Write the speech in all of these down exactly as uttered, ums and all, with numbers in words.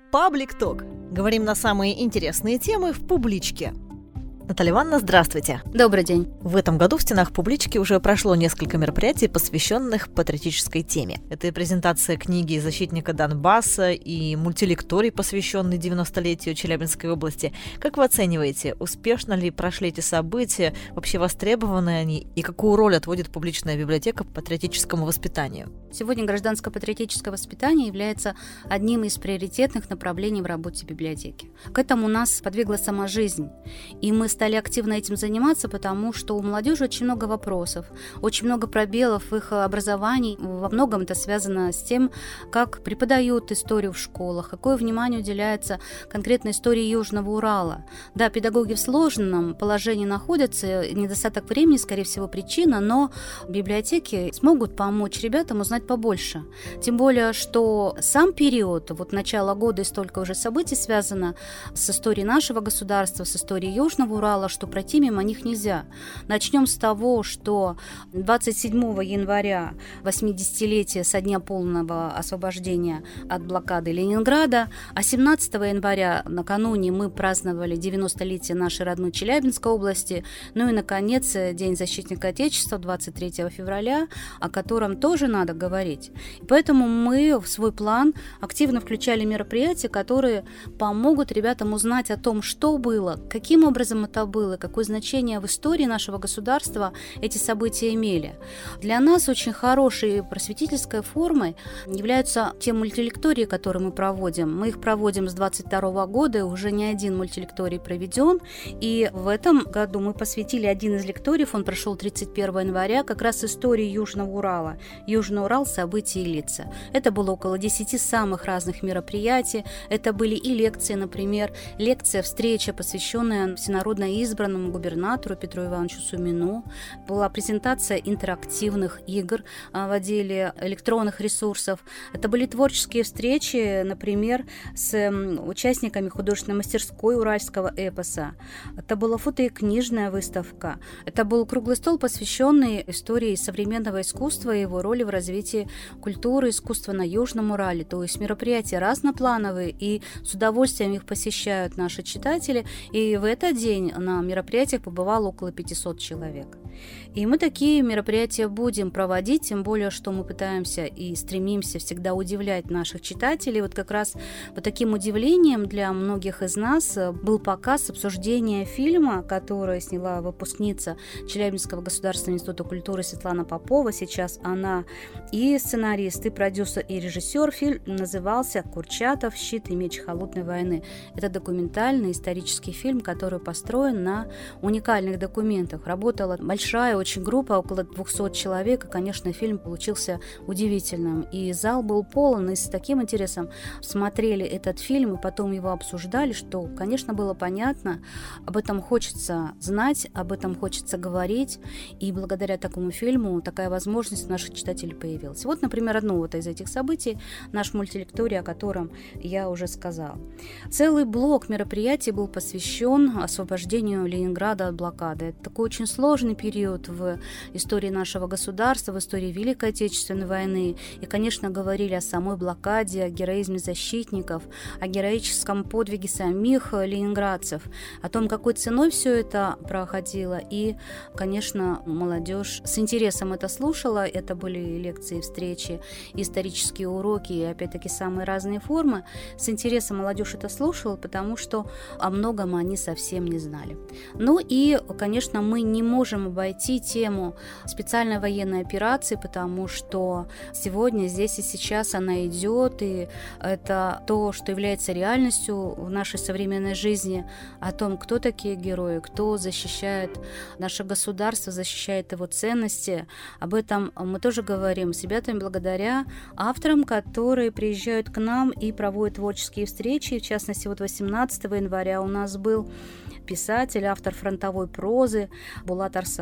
Паблик Ток. Говорим на самые интересные темы в публичке. Наталья Ивановна, здравствуйте. Добрый день. В этом году в стенах публички уже прошло несколько мероприятий, посвященных патриотической теме. Это и презентация книги защитника Донбасса, и мультилекторий, посвященный девяностолетию Челябинской области. Как вы оцениваете, успешно ли прошли эти события, вообще востребованы они, и какую роль отводит публичная библиотека патриотическому воспитанию? Сегодня гражданско-патриотическое воспитание является одним из приоритетных направлений в работе библиотеки. К этому нас подвигла сама жизнь, и мы стали активно этим заниматься, потому что у молодежи очень много вопросов, очень много пробелов в их образовании. Во многом это связано с тем, как преподают историю в школах, какое внимание уделяется конкретной истории Южного Урала. Да, педагоги в сложном положении находятся, недостаток времени, скорее всего, причина, но библиотеки смогут помочь ребятам узнать побольше. Тем более, что сам период, вот начало года и столько уже событий связано с историей нашего государства, с историей Южного Урала, что пройти мимо них нельзя. Начнем с того, что двадцать седьмого января, восьмидесятилетие со дня полного освобождения от блокады Ленинграда, а семнадцатого января, накануне, мы праздновали девяностолетие нашей родной Челябинской области, ну и, наконец, День защитника Отечества, двадцать третьего февраля, о котором тоже надо говорить. И поэтому мы в свой план активно включали мероприятия, которые помогут ребятам узнать о том, что было, каким образом это было, какое значение в истории нашего государства эти события имели. Для нас очень хорошей просветительской формой являются те мультилектории, которые мы проводим. Мы их проводим с двадцать второго года, и уже не один мультилекторий проведен. И в этом году мы посвятили один из лекториев, он прошел тридцать первого января, как раз истории Южного Урала. Южный Урал, события и лица. Это было около десяти самых разных мероприятий. Это были и лекции, например, лекция, встреча, посвященная всенародно избранному губернатору Петру Ивановичу Сумину. Была презентация интерактивных игр в отделе электронных ресурсов. Это были творческие встречи, например, с участниками художественной мастерской уральского эпоса. Это была фото- и книжная выставка. Это был круглый стол, посвященный истории современного искусства и его роли в развитии культуры, искусства на Южном Урале. То есть мероприятия разноплановые, и с удовольствием их посещают наши читатели. И в этот день на мероприятиях побывало около пятисот человек. И мы такие мероприятия будем проводить, тем более, что мы пытаемся и стремимся всегда удивлять наших читателей. Вот как раз по таким удивлением для многих из нас был показ обсуждения фильма, который сняла выпускница Челябинского государственного института культуры Светлана Попова. Сейчас она и сценарист, и продюсер, и режиссер. Фильм назывался «Курчатов. Щит и меч холодной войны». Это документальный исторический фильм, который построен на уникальных документах. Работала большая очень группа, около двухсот человек, и, конечно, фильм получился удивительным. И зал был полон, и с таким интересом смотрели этот фильм, и потом его обсуждали, что, конечно, было понятно, об этом хочется знать, об этом хочется говорить, и благодаря такому фильму такая возможность у наших читателей появилась. Вот, например, одно вот из этих событий, наш мультилекторий, о котором я уже сказала. Целый блок мероприятий был посвящен освобождению Ленинграда от блокады. Это такой очень сложный период в истории нашего государства, в истории Великой Отечественной войны. И, конечно, говорили о самой блокаде, о героизме защитников, о героическом подвиге самих ленинградцев, о том, какой ценой все это проходило. И, конечно, молодежь с интересом это слушала. Это были лекции, встречи, исторические уроки и, опять-таки, самые разные формы. С интересом молодежь это слушала, потому что о многом они совсем не знали. Ну и, конечно, мы не можем обойти тему специальной военной операции, потому что сегодня, здесь и сейчас она идет, и это то, что является реальностью в нашей современной жизни, о том, кто такие герои, кто защищает наше государство, защищает его ценности. Об этом мы тоже говорим с ребятами благодаря авторам, которые приезжают к нам и проводят творческие встречи. В частности, вот восемнадцатого января у нас был писатель, автор фронтовой прозы Булат Арсаков.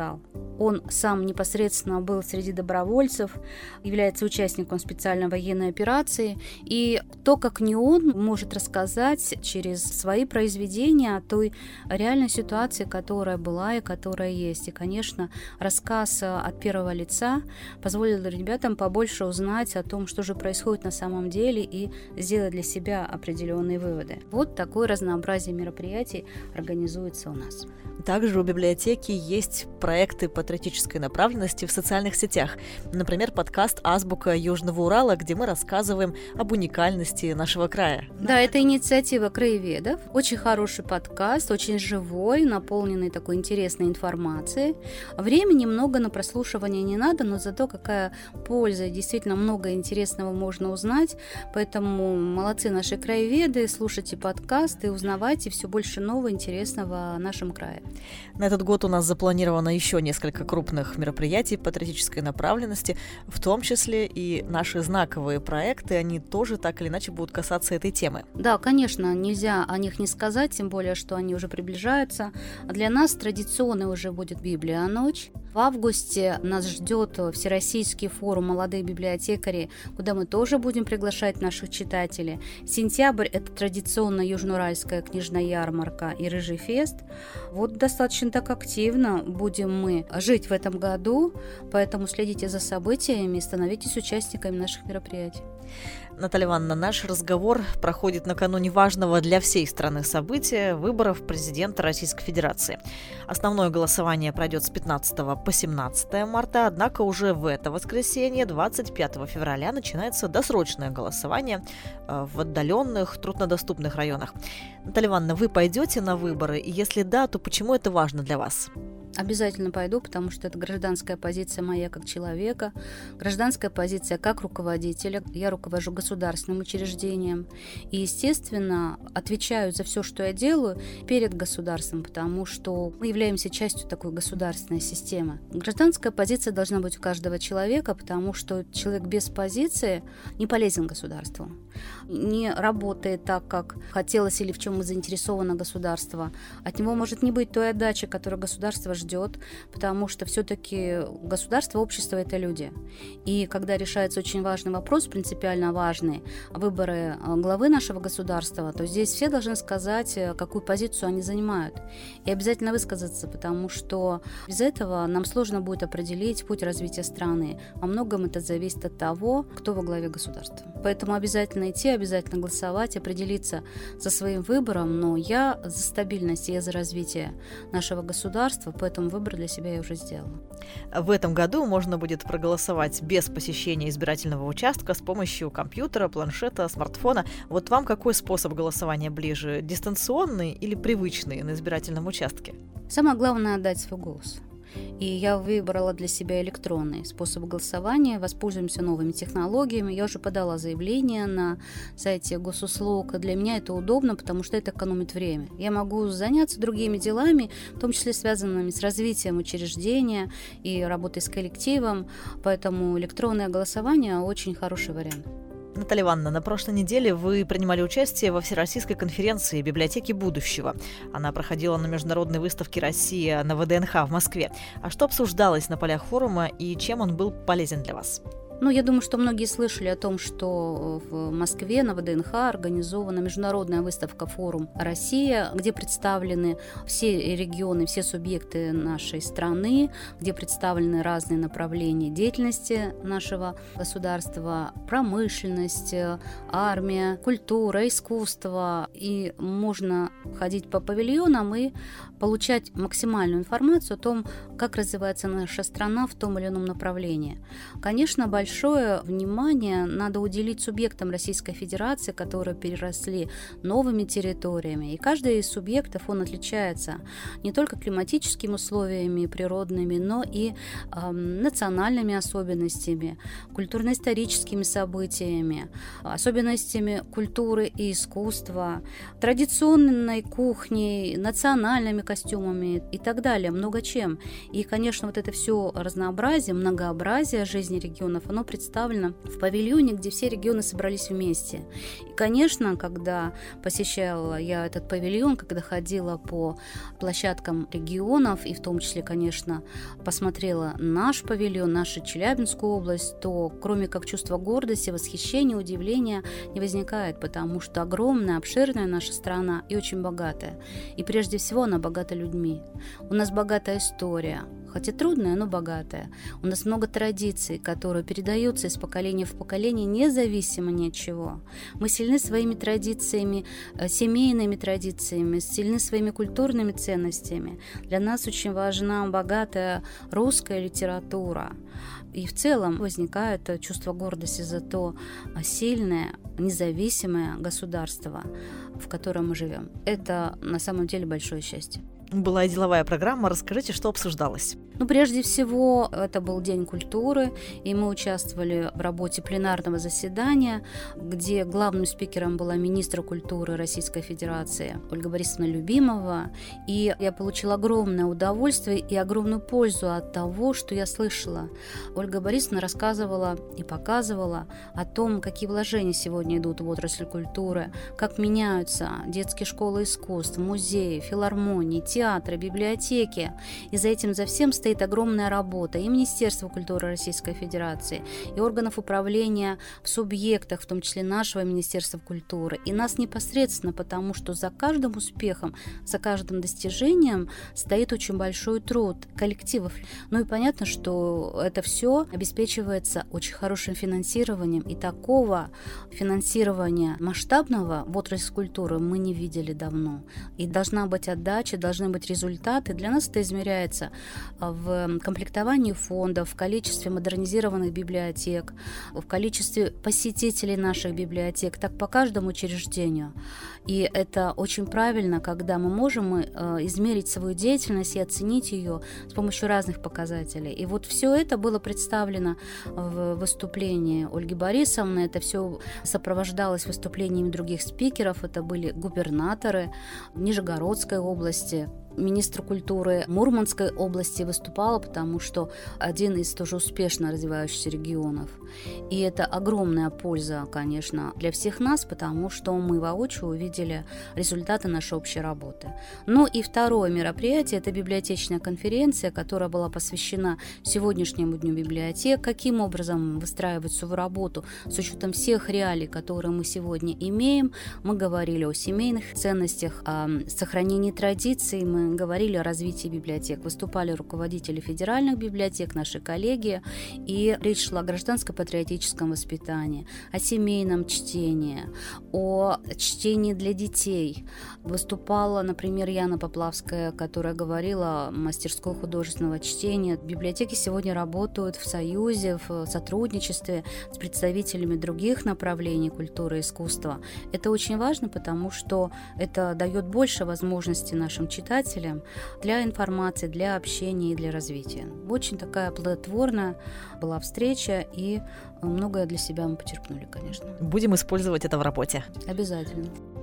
рассказал. Он сам непосредственно был среди добровольцев, является участником специальной военной операции, и кто, как не он, может рассказать через свои произведения о той реальной ситуации, которая была и которая есть. И, конечно, рассказ от первого лица позволил ребятам побольше узнать о том, что же происходит на самом деле, и сделать для себя определенные выводы. Вот такое разнообразие мероприятий организуется у нас. Также у библиотеки есть проекты патриотической направленности в социальных сетях. Например, подкаст «Азбука Южного Урала», где мы рассказываем об уникальности нашего края. Да, это инициатива краеведов. Очень хороший подкаст, очень живой, наполненный такой интересной информацией. Времени много на прослушивание не надо, но зато какая польза, действительно много интересного можно узнать. Поэтому молодцы наши краеведы, слушайте подкасты, узнавайте все больше нового интересного о нашем крае. На этот год у нас запланировано еще несколько крупных мероприятий патриотической направленности, в том числе и наши знаковые проекты, они тоже так или иначе будут касаться этой темы. Да, конечно, нельзя о них не сказать, тем более, что они уже приближаются. Для нас традиционной уже будет Библия ночь. В августе нас ждет Всероссийский форум «Молодые библиотекари», куда мы тоже будем приглашать наших читателей. Сентябрь – это традиционно южноуральская книжная ярмарка и Рыжий фест. Вот достаточно так активно будем мы жить в этом году, поэтому следите за событиями и становитесь участниками наших мероприятий. Наталья Ивановна, наш разговор проходит накануне важного для всей страны события – выборов президента Российской Федерации. Основное голосование пройдет с пятнадцатого по семнадцатое марта, однако уже в это воскресенье, двадцать пятого февраля, начинается досрочное голосование в отдаленных, труднодоступных районах. Наталья Ивановна, вы пойдете на выборы? И если да, то почему это важно для вас? Обязательно пойду, потому что это гражданская позиция моя как человека, гражданская позиция как руководителя. Я руковожу государственным учреждением и, естественно, отвечаю за все, что я делаю перед государством, потому что мы являемся частью такой государственной системы. Гражданская позиция должна быть у каждого человека, потому что человек без позиции не полезен государству, не работает так, как хотелось или в чем заинтересовано государство. От него может не быть той отдачи, которую государство ждет, потому что все-таки государство, общество – это люди. И когда решается очень важный вопрос, принципиально важный, выборы главы нашего государства, то здесь все должны сказать, какую позицию они занимают. И обязательно высказаться, потому что без этого нам сложно будет определить путь развития страны. Во многом это зависит от того, кто во главе государства. Поэтому обязательно идти, обязательно голосовать, определиться со своим выбором, но я за стабильность, я за развитие нашего государства, поэтому выбор для себя я уже сделала. В этом году можно будет проголосовать без посещения избирательного участка с помощью компьютера, планшета, смартфона. Вот вам какой способ голосования ближе? Дистанционный или привычный на избирательном участке? Самое главное – отдать свой голос. И я выбрала для себя электронный способ голосования, воспользуемся новыми технологиями. Я уже подала заявление на сайте госуслуг. Для меня это удобно, потому что это экономит время. Я могу заняться другими делами, в том числе связанными с развитием учреждения и работой с коллективом, поэтому электронное голосование очень хороший вариант. Наталья Ивановна, на прошлой неделе вы принимали участие во Всероссийской конференции «Библиотеки будущего». Она проходила на международной выставке «Россия» на вэ дэ эн ха в Москве. А что обсуждалось на полях форума и чем он был полезен для вас? Ну, я думаю, что многие слышали о том, что в Москве на вэ дэ эн ха организована международная выставка «Форум Россия», где представлены все регионы, все субъекты нашей страны, где представлены разные направления деятельности нашего государства, промышленность, армия, культура, искусство. И можно ходить по павильонам и получать максимальную информацию о том, как развивается наша страна в том или ином направлении. Конечно, большое Большое внимание надо уделить субъектам Российской Федерации, которые переросли новыми территориями. И каждый из субъектов, он отличается не только климатическими условиями природными, но и э, национальными особенностями, культурно-историческими событиями, особенностями культуры и искусства, традиционной кухней, национальными костюмами и так далее, много чем. И, конечно, вот это все разнообразие, многообразие жизни регионов, оно оно представлено в павильоне, где все регионы собрались вместе. И, конечно, когда посещала я этот павильон, когда ходила по площадкам регионов, и в том числе, конечно, посмотрела наш павильон, нашу Челябинскую область, то кроме как чувства гордости, восхищения, удивления не возникает, потому что огромная, обширная наша страна и очень богатая. И прежде всего она богата людьми. У нас богатая история, хоть и трудная, но богатая. У нас много традиций, которые передаются из поколения в поколение, независимо ни от чего. Мы сильны своими традициями, семейными традициями, сильны своими культурными ценностями. Для нас очень важна богатая русская литература. И в целом возникает чувство гордости за то сильное, независимое государство, в котором мы живем. Это на самом деле большое счастье. Была деловая программа. Расскажите, что обсуждалось? Ну, прежде всего, это был День культуры, и мы участвовали в работе пленарного заседания, где главным спикером была министр культуры Российской Федерации Ольга Борисовна Любимова. И я получила огромное удовольствие и огромную пользу от того, что я слышала. Ольга Борисовна рассказывала и показывала о том, какие вложения сегодня идут в отрасль культуры, как меняются детские школы искусств, музеи, филармонии, театры, библиотеки. И за этим, за всем стоит огромная работа и Министерства культуры Российской Федерации, и органов управления в субъектах, в том числе нашего Министерства культуры, и нас непосредственно, потому что за каждым успехом, за каждым достижением стоит очень большой труд коллективов. Ну и понятно, что это все обеспечивается очень хорошим финансированием, и такого финансирования масштабного в отрасли культуры мы не видели давно. И должна быть отдача, должны быть результаты. Для нас это измеряется в комплектовании фондов, в количестве модернизированных библиотек, в количестве посетителей наших библиотек, так по каждому учреждению. И это очень правильно, когда мы можем измерить свою деятельность и оценить ее с помощью разных показателей. И вот все это было представлено в выступлении Ольги Борисовны, это все сопровождалось выступлениями других спикеров, это были губернаторы Нижегородской области, министр культуры Мурманской области выступала, потому что один из тоже успешно развивающихся регионов. И это огромная польза, конечно, для всех нас, потому что мы воочию увидели результаты нашей общей работы. Ну и второе мероприятие – это библиотечная конференция, которая была посвящена сегодняшнему дню библиотек, каким образом выстраивать свою работу с учетом всех реалий, которые мы сегодня имеем. Мы говорили о семейных ценностях, о сохранении традиций, мы говорили о развитии библиотек. Выступали руководители федеральных библиотек, наши коллеги, и речь шла о гражданско-патриотическом воспитании, о семейном чтении, о чтении для детей. Выступала, например, Яна Поплавская, которая говорила о мастерской художественного чтения. Библиотеки сегодня работают в союзе, в сотрудничестве с представителями других направлений культуры и искусства. Это очень важно, потому что это дает больше возможностей нашим читателям для информации, для общения и для развития. Очень такая плодотворная была встреча, и многое для себя мы почерпнули, конечно. Будем использовать это в работе. Обязательно.